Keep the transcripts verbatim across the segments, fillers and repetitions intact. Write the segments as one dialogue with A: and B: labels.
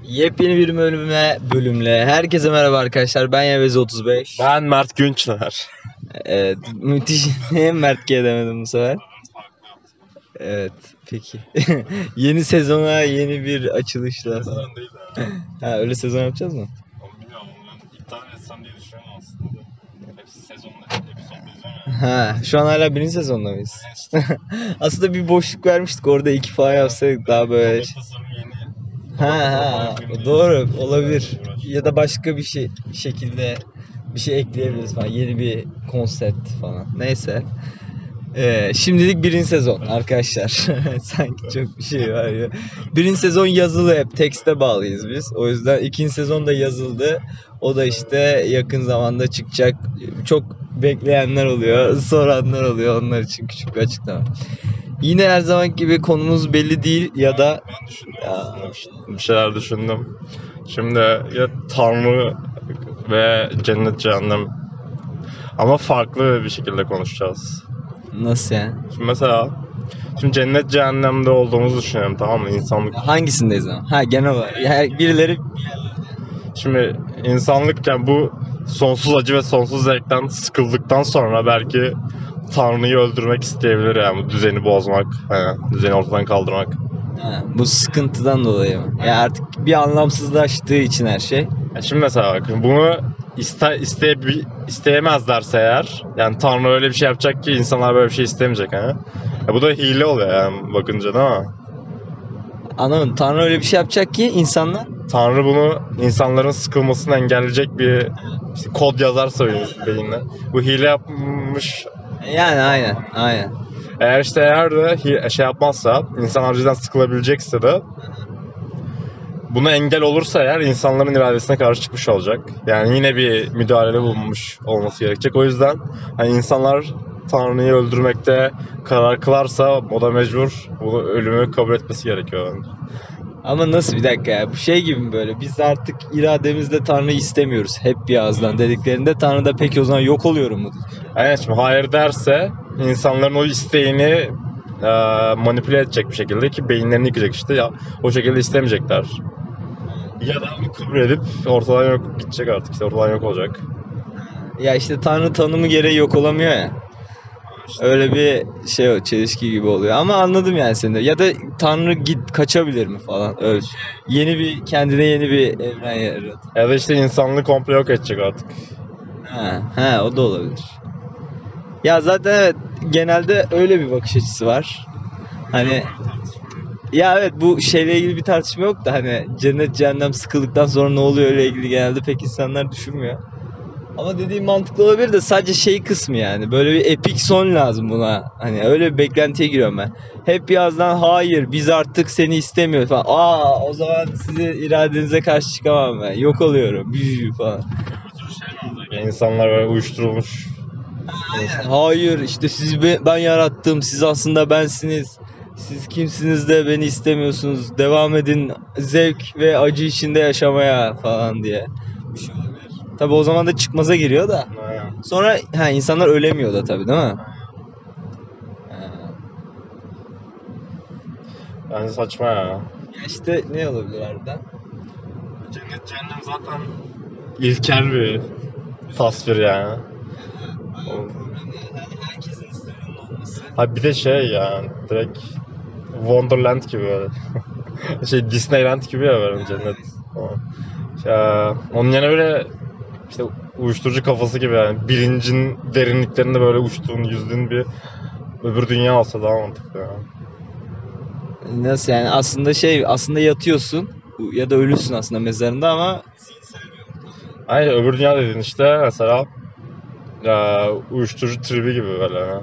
A: Yepyeni bir bölüme bölümle herkese merhaba arkadaşlar. Ben Yavuz otuz beş.
B: Ben Mert Günçler.
A: Evet, müthiş. Niye Mert G demedim bu sefer? Evet, peki. Yeni sezona yeni bir açılışla.
B: Sezon değil ya.
A: Ha, öyle sezon yapacağız mı?
B: Onu bilmiyorum. Onu iptal etsem diye düşünüyorum aslında. Hepsi sezonda, episod izliyorum ya.
A: Ha, şu an hala birinci sezonda mıyız? Aslında bir boşluk vermiştik orada iki falan yapsaydık daha böyle.
B: Web tasarım yeni.
A: Ha ha, doğru olabilir. Ya da başka bir şey şekilde bir şey ekleyebiliriz falan. Yeni bir konsept falan. Neyse. Ee, şimdilik birinci sezon arkadaşlar. Sanki çok bir şey var ya. Birinci sezon yazılı, hep tekste bağlıyız biz. O yüzden ikinci sezon da yazıldı. O da işte yakın zamanda çıkacak. Çok bekleyenler oluyor, soranlar oluyor. Onlar için küçük bir açıklama. Yine her zaman gibi konumuz belli değil ya da
B: Ben düşündüm
A: ya,
B: aslında. Bir şeyler düşündüm. Şimdi ya Tanrı ve cennet cehennem. Ama farklı bir şekilde konuşacağız.
A: nasıl yani?
B: Şimdi mesela Şimdi cennet cehennemde olduğumuzu düşünelim, tamam mı? İnsanlık.
A: Hangisindeyiz ama? Ha, genel olarak. Yani birileri
B: Şimdi insanlık, yani bu sonsuz acı ve sonsuz zevkten sıkıldıktan sonra belki Tanrı'yı öldürmek isteyebilir, yani bu düzeni bozmak, hani düzeni ortadan kaldırmak.
A: ha, bu sıkıntıdan dolayı mı? Ya artık bir anlamsızlaştığı için her şey.
B: Ya şimdi mesela bakın, bunu iste, isteye, isteyemezlerse eğer, yani Tanrı öyle bir şey yapacak ki insanlar böyle bir şey istemeyecek. Hani. Ya bu da hile oluyor yani bakınca, değil mi?
A: Anlamadım. Tanrı öyle bir şey yapacak ki insanlar.
B: Tanrı bunu insanların sıkılmasını engelleyecek bir işte kod yazarsa beyinle. Bu hile yapmış.
A: Yani aynen. Aynen.
B: Eğer işte eğer de hi- şey yapmazsa, insanlar cidden sıkılabilecekse de, buna engel olursa eğer, insanların iradesine karşı çıkmış olacak. Yani yine bir müdahalede bulunmuş olması gerekecek. O yüzden hani insanlar Tanrı'yı öldürmekte karar kılarsa, o da mecbur bu ölümü kabul etmesi gerekiyor bence.
A: Ama nasıl, bir dakika ya? Bu şey gibi mi böyle? Biz artık irademizle Tanrı'yı istemiyoruz. Hep bir ağızdan dediklerinde Tanrı da peki o zaman yok oluyorum mu?
B: Evet, şimdi hayır derse insanların o isteğini e, manipüle edecek bir şekilde, ki beyinlerini yıkacak işte ya, o şekilde istemeyecekler. Ya da onu kabul edip ortadan yok gidecek, artık işte ortadan yok olacak.
A: Ya işte Tanrı tanımı gereği yok olamıyor ya. Öyle bir şey, o çelişki gibi oluyor. Ama anladım yani seni de. Ya da Tanrı git kaçabilir mi falan. Öyle. Yeni bir, kendine yeni bir evren yaratır.
B: Ya da işte insanlığı komple yok edecek artık.
A: Ha, ha, o da olabilir. Ya zaten evet, genelde öyle bir bakış açısı var. Hani ya evet, bu şeyle ilgili bir tartışma yok da hani cennet cehennem sıkıldıktan sonra ne oluyor öyle ilgili genelde pek insanlar düşünmüyor. Ama dediğim mantıklı olabilir de sadece şey kısmı, yani böyle bir epik son lazım buna. Hani öyle bir beklentiye giriyorum ben. Hep birazdan hayır biz artık seni istemiyoruz falan. Aa, o zaman sizin iradenize karşı çıkamam ben. Yok oluyorum falan.
B: Yani insanlar böyle uyuşturulmuş.
A: Hayır işte sizi ben yarattım. Siz aslında bensiniz. Siz kimsiniz de beni istemiyorsunuz. Devam edin zevk ve acı içinde yaşamaya falan diye. Bir şey olabilir. Tabi o zaman da çıkmaza giriyor da.
B: Aynen.
A: Sonra ha, insanlar ölemiyor da tabi, değil mi? Ha.
B: Bence saçma ya.
A: Ya işte ne olabilir harbiden?
B: Cennet cehennem zaten ilkel bir tasvir yani.
A: Herkesin istediğinin olması.
B: Ha bir de şey yani, direkt Wonderland gibi böyle. Şey, Disneyland gibi ya böyle cennet. Ya, onun yerine böyle işte uyuşturucu kafası gibi, yani bilincin derinliklerinde böyle uçtuğun, yüzdüğün bir öbür dünya olsa daha mantıklı yani.
A: Nasıl yani, aslında şey, aslında yatıyorsun ya da ölüsün aslında mezarında ama
B: Aynen, öbür dünya dediğin işte mesela ya, uyuşturucu tribi gibi böyle. Yani.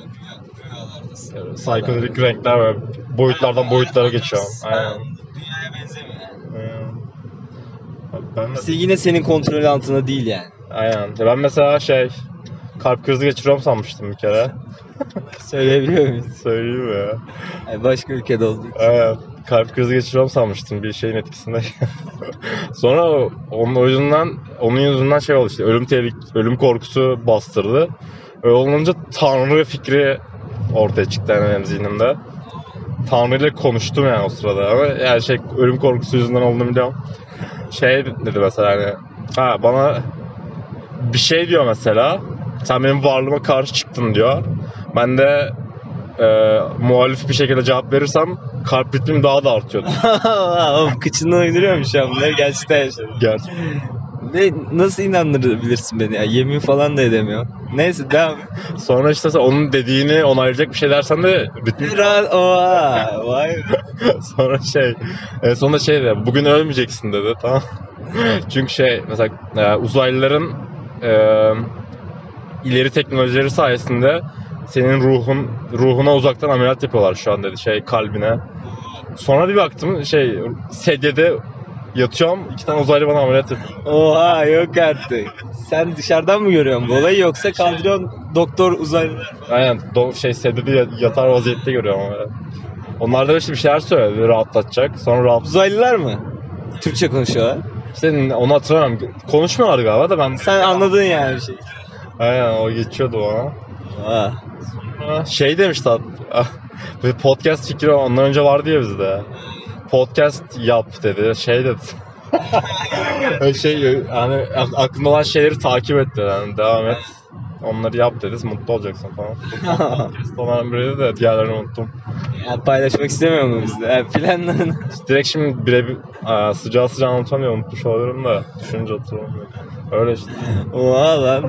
B: Psikodelik renkler böyle boyutlardan boyutlara geçiyor. Aynen.
A: Dünyaya benzemiyor yani.
B: Aynen. Ben de,
A: İşte yine senin kontrol altında değil yani.
B: aynen. Ya ben mesela şey, kalp krizi geçiriyorum sanmıştım bir kere.
A: Söyleyebiliyor muyuz?
B: Söyleyeyim mi ya?
A: Yani başka ülkede olduğu için.
B: Aynen. Kalp krizi geçiriyorum sanmıştım bir şeyin etkisinde. Sonra onun o yüzünden, onun yüzünden şey oldu işte, ölüm tehlik, ölüm korkusu bastırdı. Öyle olunca Tanrı fikri ortaya çıktı yani benim zihnimde. Tanrı ile konuştum yani o sırada ama yani şey ölüm korkusu yüzünden olduğunu biliyorum. Şey dedi mesela hani ha bana bir şey diyor mesela sen benim varlığıma karşı çıktın diyor. Ben de e, muhalif bir şekilde cevap verirsem kalp ritmim daha da artıyor.
A: Oğlum kıçından uyduruyormuş ya bunları gerçekten yaşadım.
B: Gerçekten.
A: Ne, nasıl inandırabilirsin beni ya? Yemin falan da edemiyor. Neyse devam.
B: Sonra işte sen onun dediğini onaylayacak bir şey dersen de ritmin
A: Rahat, oha, vay be.
B: sonra şey en sonunda şey dedi bugün ölmeyeceksin dedi tamam. Çünkü şey mesela e, uzaylıların e, ileri teknolojileri sayesinde senin ruhun ruhuna uzaktan ameliyat yapıyorlar şu an dedi şey kalbine. Sonra bir baktım şey sedyede yatıyorum iki tane uzaylı bana ameliyat yapıyor.
A: Oha yok artık. Sen dışarıdan mı görüyorsun bu olayı yoksa kaldırıyorsun doktor uzaylılar?
B: Aynen do- şey sedyede yatar vaziyette görüyorum ama. Onlar da işte bir şeyler söyledi rahatlatacak. Sonra rahat
A: Uzaylılar mı? Türkçe konuşuyorlar.
B: İşte onu hatırlamıyorum. Konuşmuyorlardı galiba da ben...
A: Sen anladın yani bir şey.
B: Aynen o geçiyordu bana.
A: Aa.
B: Sonra şey demişti bir podcast fikri ondan önce vardı ya bizde. Podcast yap dedi. Şey dedi. şey hani aklında olan şeyleri takip et dedi. Yani devam et. Onları yap dedi. Mutlu olacaksın falan. Podcast olan biriydi de diğerlerini unuttum.
A: Ya paylaşmak istemiyor mu bizde? Yani planlarını.
B: Direkt şimdi birebir aa, sıcağı sıcağı anlatamıyorum. Unutmuş olabilirim da düşününce hatırlamıyorum. Öyle işte.
A: Oha lan.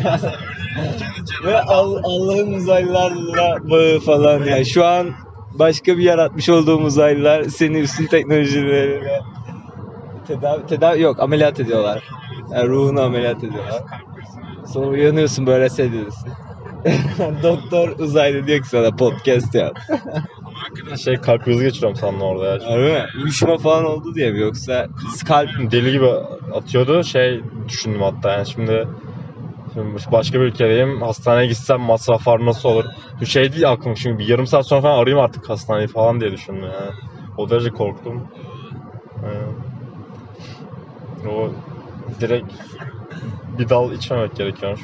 A: Ve All- Allah'ın uzaylılarla bağı falan yani şu an başka bir yaratmış olduğum uzaylılar seni üstün teknolojileriyle tedavi, tedavi yok ameliyat ediyorlar. Yani ruhunu ameliyat ediyorlar. Sonra uyanıyorsun böyle seyrediyorsun. Doktor uzaylı diyor ki sana podcast yap.
B: Şey kalp krizi geçiriyorum sandım orada ya.
A: Harbi mi? Uyuşma falan oldu diye mi yoksa kalp
B: Deli gibi atıyordu. Şey düşündüm hatta yani şimdi, şimdi başka bir ülkedeyim. Hastaneye gitsem masraflar nasıl olur? Bu şey değil aklım çünkü bir yarım saat sonra falan arayayım artık hastaneyi falan diye düşündüm yani. O derece korktum. Yani, o direkt bir dal içmemek gerekiyormuş.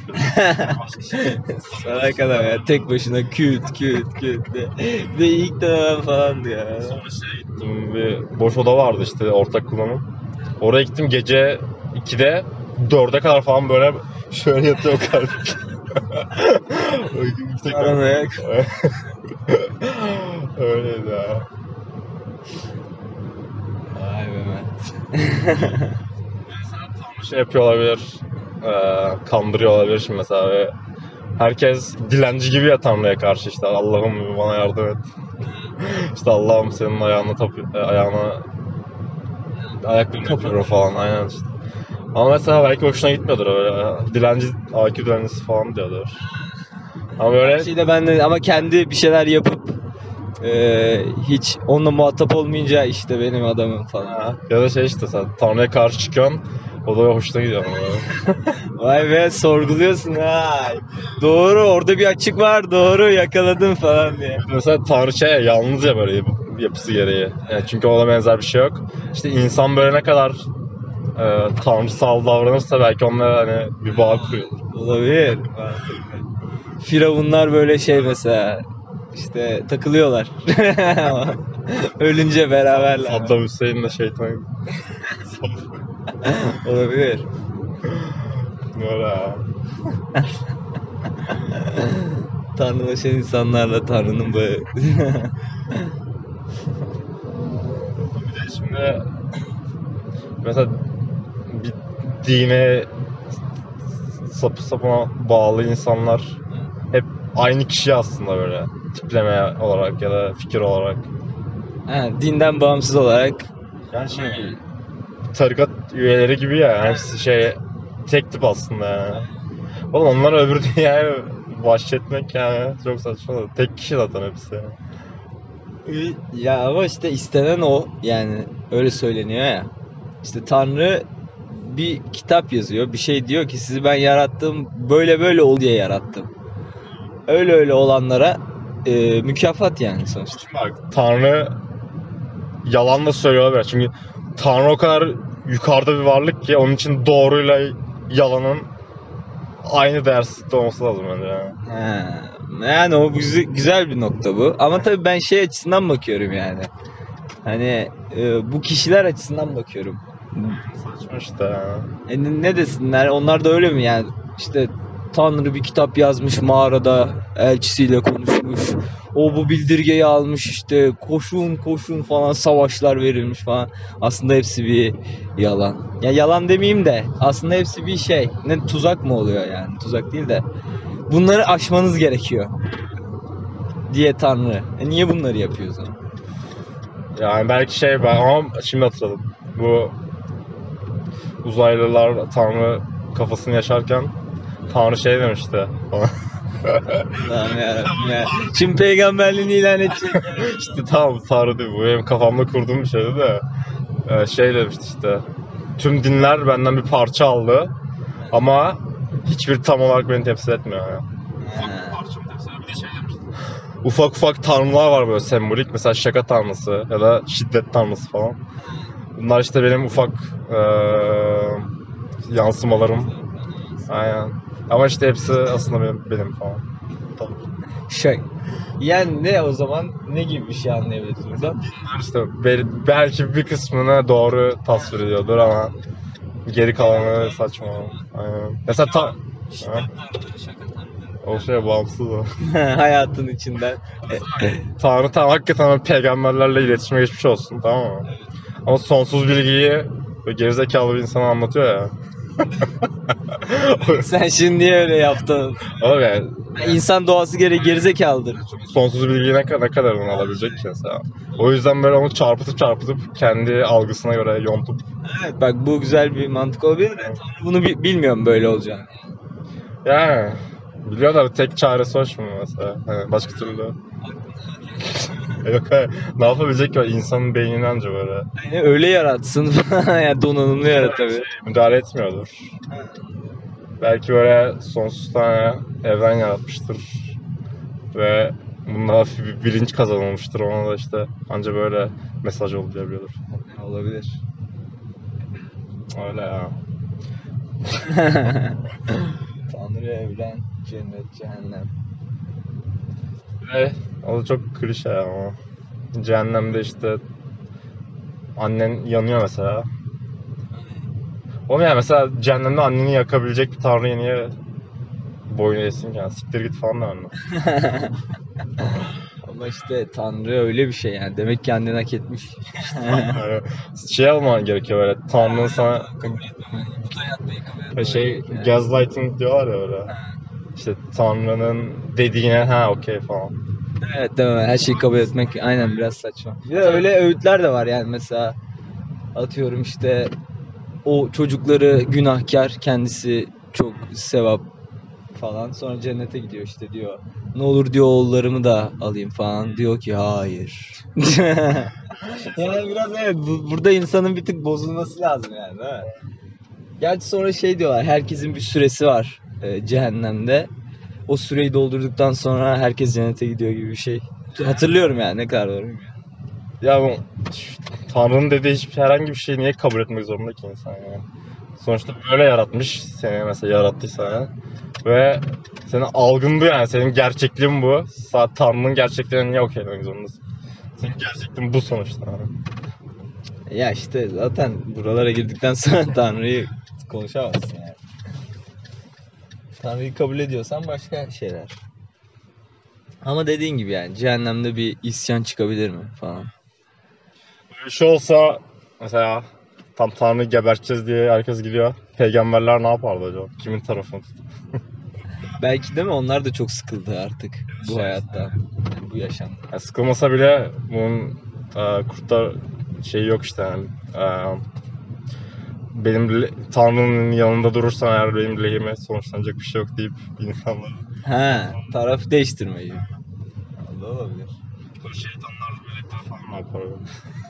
A: sana kadar ya tek başına küt küt küt de, de ilk dönem falan diyor.
B: Sonra şey gittim bir boş oda vardı işte ortak kullanım. Oraya gittim gece ikide dörde kadar falan böyle şöyle yatıyor kalp.
A: Paranoyak.
B: Öyleydi ya.
A: Vay be Mert.
B: Şey yapıyor olabilir, eee, kandırıyor olabilir şimdi mesela ve herkes dilenci gibi ya Tanrı'ya karşı işte Allah'ım bana yardım et. işte Allah'ım senin ayağına tapıyor, ayağına ayaklarını tapıyor falan aynen işte. Ama mesela belki hoşuna gitmiyordur öyle. Dilenci, I Q dilencisi falan diyordur. Ama böyle
A: Şey de ben de ama kendi bir şeyler yapıp eee hiç onunla muhatap olmayınca işte benim adamım falan.
B: ha, ya da şey işte sen Tanrı'ya karşı çıkıyorsun, o da hoşuna gidiyor.
A: Vay be sorguluyorsun ha. Doğru orada bir açık var doğru yakaladım falan diye.
B: Mesela Tanrı şey ya, yalnız ya böyle yap- yapısı gereği. Yani çünkü ona benzer bir şey yok. İşte insan böyle ne kadar e, tanrısal davranırsa belki onlara hani bir bağ kuruyordur.
A: Olabilir. Firavunlar böyle şey mesela işte takılıyorlar. Ölünce beraberler.
B: Saddam Hüseyin de şeytan gibi.
A: Olabilir.
B: Böyle ya.
A: Tanrılaşan insanlarla Tanrı'nın bağı.
B: Bir de şimdi mesela bir dine sapı sapına bağlı insanlar hep aynı kişi aslında böyle tipleme olarak ya da fikir olarak.
A: Ha, dinden bağımsız olarak.
B: Yani şey tarikat üyeleri gibi ya hepsi şey tek tip aslında yani. Oğlum onlar öbür dünyaya bahşetmek yani çok saçma. Tek kişi zaten hepsi.
A: Ya ama işte istenen o yani öyle söyleniyor ya. İşte Tanrı bir kitap yazıyor. Bir şey diyor ki sizi ben yarattım böyle böyle ol diye yarattım. Öyle öyle olanlara e, mükafat yani sonuçta.
B: Şimdi bak Tanrı yalan da söylüyor olabilir. Çünkü Tanrı o kadar yukarıda bir varlık ki onun için doğruyla yalanın aynı değersizlikte olması lazım bence yani.
A: Ha, Yani o güzel, güzel bir nokta bu. Ama tabii ben şey açısından bakıyorum yani. Hani e, bu kişiler açısından bakıyorum.
B: Saçma işte ya.
A: E, ne ne desinler? Onlar da öyle mi yani? İşte Tanrı bir kitap yazmış mağarada elçisiyle konuşmuş. O bu bildirgeyi almış işte koşun koşun falan savaşlar verilmiş falan. Aslında hepsi bir yalan. Ya yalan demeyeyim de aslında hepsi bir şey. Ne tuzak mı oluyor yani? Tuzak değil de. Bunları aşmanız gerekiyor diye Tanrı. E niye bunları yapıyor o zaman?
B: Yani belki şey ben ama şimdi hatırladım. Bu uzaylılar Tanrı kafasını yaşarken Tanrı şey demişti falan.
A: Allah'ım yarabbim ya. Şimdi peygamberliğini ilan edecek.
B: İşte tamam Tanrı değil bu benim kafamda kurduğum bir şeydi de Ee, şey demişti işte tüm dinler benden bir parça aldı ama hiçbir tam olarak beni temsil etmiyor yani. Ufak ufak tanrılar var böyle sembolik mesela şaka tanrısı ya da şiddet tanrısı falan. Bunlar işte benim ufak eee yansımalarım. Aynen. Ama işte hepsi aslında benim, benim falan. Tamam.
A: Şey. Yani ne o zaman ne gibi bir şey anlayabiliriz buradan?
B: İşte bel- belki bir kısmını doğru tasvir ediyordur ama geri kalanı saçma. Aynen. Mesela ta... Ha? O şey bağımsız o.
A: Hayatın içinden.
B: Tanrı tam hakikaten peygamberlerle iletişime geçmiş olsun tamam mı? Ama sonsuz bilgiyi böyle gerizekalı bir insana anlatıyor ya.
A: Sen şimdi niye öyle yaptın?
B: Oğlum yani
A: İnsan doğası gereği gerizekalıdır.
B: sonsuz bilgiyi ne kadar, ne kadarını alabilecek ki mesela. O yüzden böyle onu çarpıtıp çarpıtıp kendi algısına göre yontup.
A: Evet bak bu güzel bir mantık olabilir de Tanrı bunu bi- bilmiyorum böyle olacağını.
B: Yani biliyor da tek çaresi o şimdi mesela. Hani başka türlü. Yok hayır. Ne yapabilecek ki o insanın beynini anca böyle.
A: Yani öyle yaratsın yani donanımlı yarat tabii.
B: Müdahale etmiyordur. Belki böyle sonsuz tane evren yaratmıştır. Ve bunda hafif bir bilinç kazanılmıştır. Ona da işte anca böyle mesaj yollayabiliyordur.
A: Olabilir.
B: Öyle ya.
A: Tanrı, evren, cennet, cehennem.
B: Ve o da çok klişe ama. Cehennemde işte annen yanıyor mesela. Oğlum yani mesela cehennemde anneni yakabilecek bir tanrıya niye boyun eğsin ki? Yani siktir git falan da anne.
A: Ama işte Tanrı öyle bir şey yani. Demek ki kendini hak etmiş.
B: Yani şey olman gerekiyor böyle. Tanrı'nın sana şey gaslighting diyorlar ya öyle. İşte Tanrı'nın dediğine ha okey falan.
A: Evet değil mi? Her şeyi kabul etmek aynen biraz saçma. Bir de öyle öğütler de var yani mesela atıyorum işte o çocukları günahkar kendisi çok sevap falan sonra cennete gidiyor işte diyor. Ne olur diyor oğullarımı da alayım falan diyor ki hayır. Yani biraz evet bu, burada insanın bir tık bozulması lazım yani değil mi? Gerçi sonra şey diyorlar herkesin bir süresi var e, cehennemde. O süreyi doldurduktan sonra herkes cennete gidiyor gibi bir şey. Hatırlıyorum yani ne kadar doğru bilmiyorum.
B: Ya bu Tanrı'nın dediği hiçbir herhangi bir şeyi niye kabul etmek zorunda ki insan yani? Sonuçta böyle yaratmış seni mesela yarattıysa yani. Ve senin algın bu yani senin gerçekliğin bu. Sa- Tanrı'nın gerçekliğine niye okey demek zorundasın? Senin gerçekliğin bu sonuçta. Yani.
A: Ya işte zaten buralara girdikten sonra Tanrı'yı konuşamazsın yani. Tanrı'yı kabul ediyorsan başka şeyler. Ama dediğin gibi yani cehennemde bir isyan çıkabilir mi falan.
B: Böyle bir şey olsa mesela tam Tanrı'yı geberteceğiz diye herkes gidiyor. Peygamberler ne yapardı acaba? Kimin tarafını tutup?
A: Belki de mi onlar da çok sıkıldı artık bu hayatta. Yani bu yaşamda.
B: Yani sıkılmasa bile bunun e, kurtlar şeyi yok işte yani. E, benim le- Tanrı'nın yanında durursan eğer benim lehime sonuçlanacak bir şey yok deyip insanlar
A: Ha, taraf değiştirmeyi. Allah olabilir.
B: böyle şeytanlar melekler falan ne yapar öyle.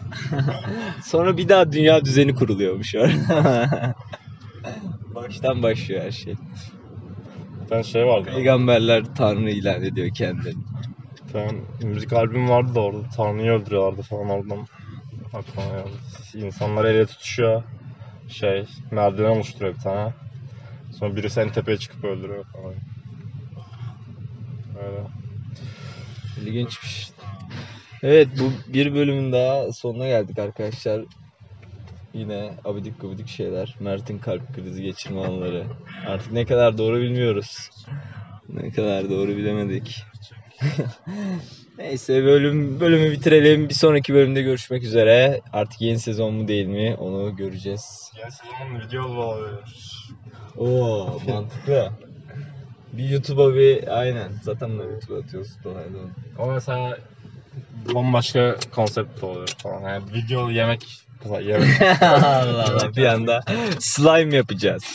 A: Sonra bir daha dünya düzeni kuruluyormuş orada. Baştan başlıyor her şey.
B: Bir tane şey vardı.
A: Peygamberler Tanrı ilan ediyor kendini.
B: Bir tane müzik albüm vardı da orada Tanrı'yı öldürüyorlardı falan oradan. Aklıma geldi. İnsanlar elle tutuşuyor. Şey, merdiven oluşturuyor bir tane. Sonra birisi en tepeye çıkıp öldürüyor falan. Öyle.
A: İlginçmiş. Evet, bu bir bölümün daha sonuna geldik arkadaşlar. Yine abidik gubidik şeyler. Mert'in kalp krizi geçirme anları. Artık ne kadar doğru bilmiyoruz. Ne kadar doğru bilemedik. Neyse, bölüm bölümü bitirelim. Bir sonraki bölümde görüşmek üzere. Artık yeni sezon mu değil mi onu göreceğiz.
B: Yeni sezonun video olabilir.
A: Oo, mantıklı. Bir YouTube'a bir aynen. Zaten bunları YouTube'a atıyoruz. Dolayısıyla.
B: Ama mesela bambaşka konsept oluyor falan. Yani video yemek mesela yemek.
A: Allah Allah, bir anda slime yapacağız.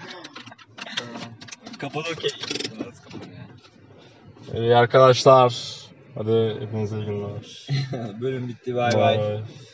A: Kapadokya.
B: İyi arkadaşlar. Hadi hepinize iyi günler.
A: Bölüm bitti, bay bay.
B: Bye.